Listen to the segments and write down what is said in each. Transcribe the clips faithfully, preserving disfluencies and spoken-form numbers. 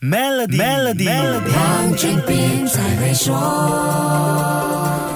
Melody， Melody， 黄俊斌才会说。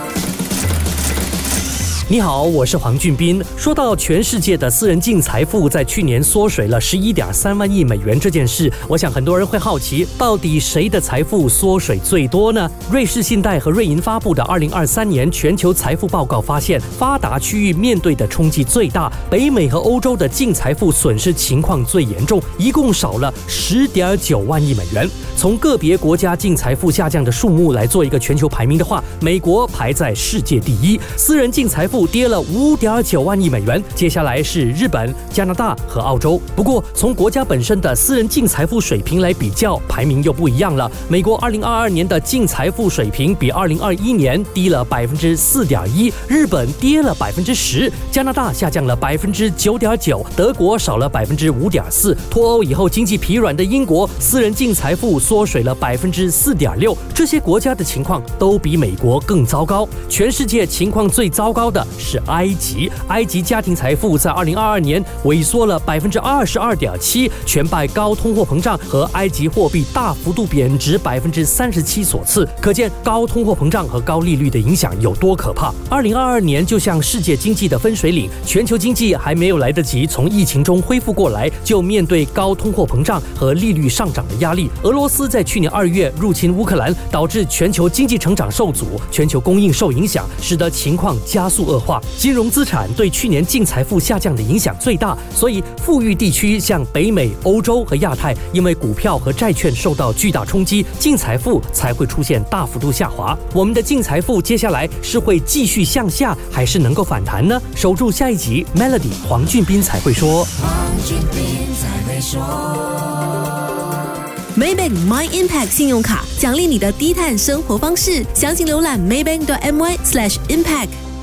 你好，我是黄俊斌。说到全世界的私人净财富在去年缩水了十一点三万亿美元这件事，我想很多人会好奇，到底谁的财富缩水最多呢？瑞士信贷和瑞银发布的二零二三年全球财富报告发现，发达区域面对的冲击最大，北美和欧洲的净财富损失情况最严重，一共少了十点九万亿美元。从个别国家净财富下降的数目来做一个全球排名的话，美国排在世界第一，私人净财富跌了五点九万亿美元，接下来是日本、加拿大和澳洲。不过，从国家本身的私人净财富水平来比较，排名又不一样了。美国二零二二年的净财富水平比二零二一年低了百分之四点一，日本跌了百分之十，加拿大下降了百分之九点九，德国少了百分之五点四。脱欧以后经济疲软的英国，私人净财富缩水了百分之四点六。这些国家的情况都比美国更糟糕。全世界情况最糟糕的是埃及，埃及家庭财富在二零二二年萎缩了百分之二十二点七，全拜高通货膨胀和埃及货币大幅度贬值百分之三十七所赐。可见高通货膨胀和高利率的影响有多可怕。二零二二年就像世界经济的分水岭，全球经济还没有来得及从疫情中恢复过来，就面对高通货膨胀和利率上涨的压力。俄罗斯在去年二月入侵乌克兰，导致全球经济成长受阻，全球供应受影响，使得情况加速恶化。金融资产对去年净财富下降的影响最大，所以富裕地区像北美、欧洲和亚太，因为股票和债券受到巨大冲击，净财富才会出现大幅度下滑。我们的净财富接下来是会继续向下，还是能够反弹呢？守住下一集 Melody 黄俊斌才会说。 黄俊斌才会说。 Maybank My Impact 信用卡奖励你的低碳生活方式，详情浏览 maybank dot my slash impact。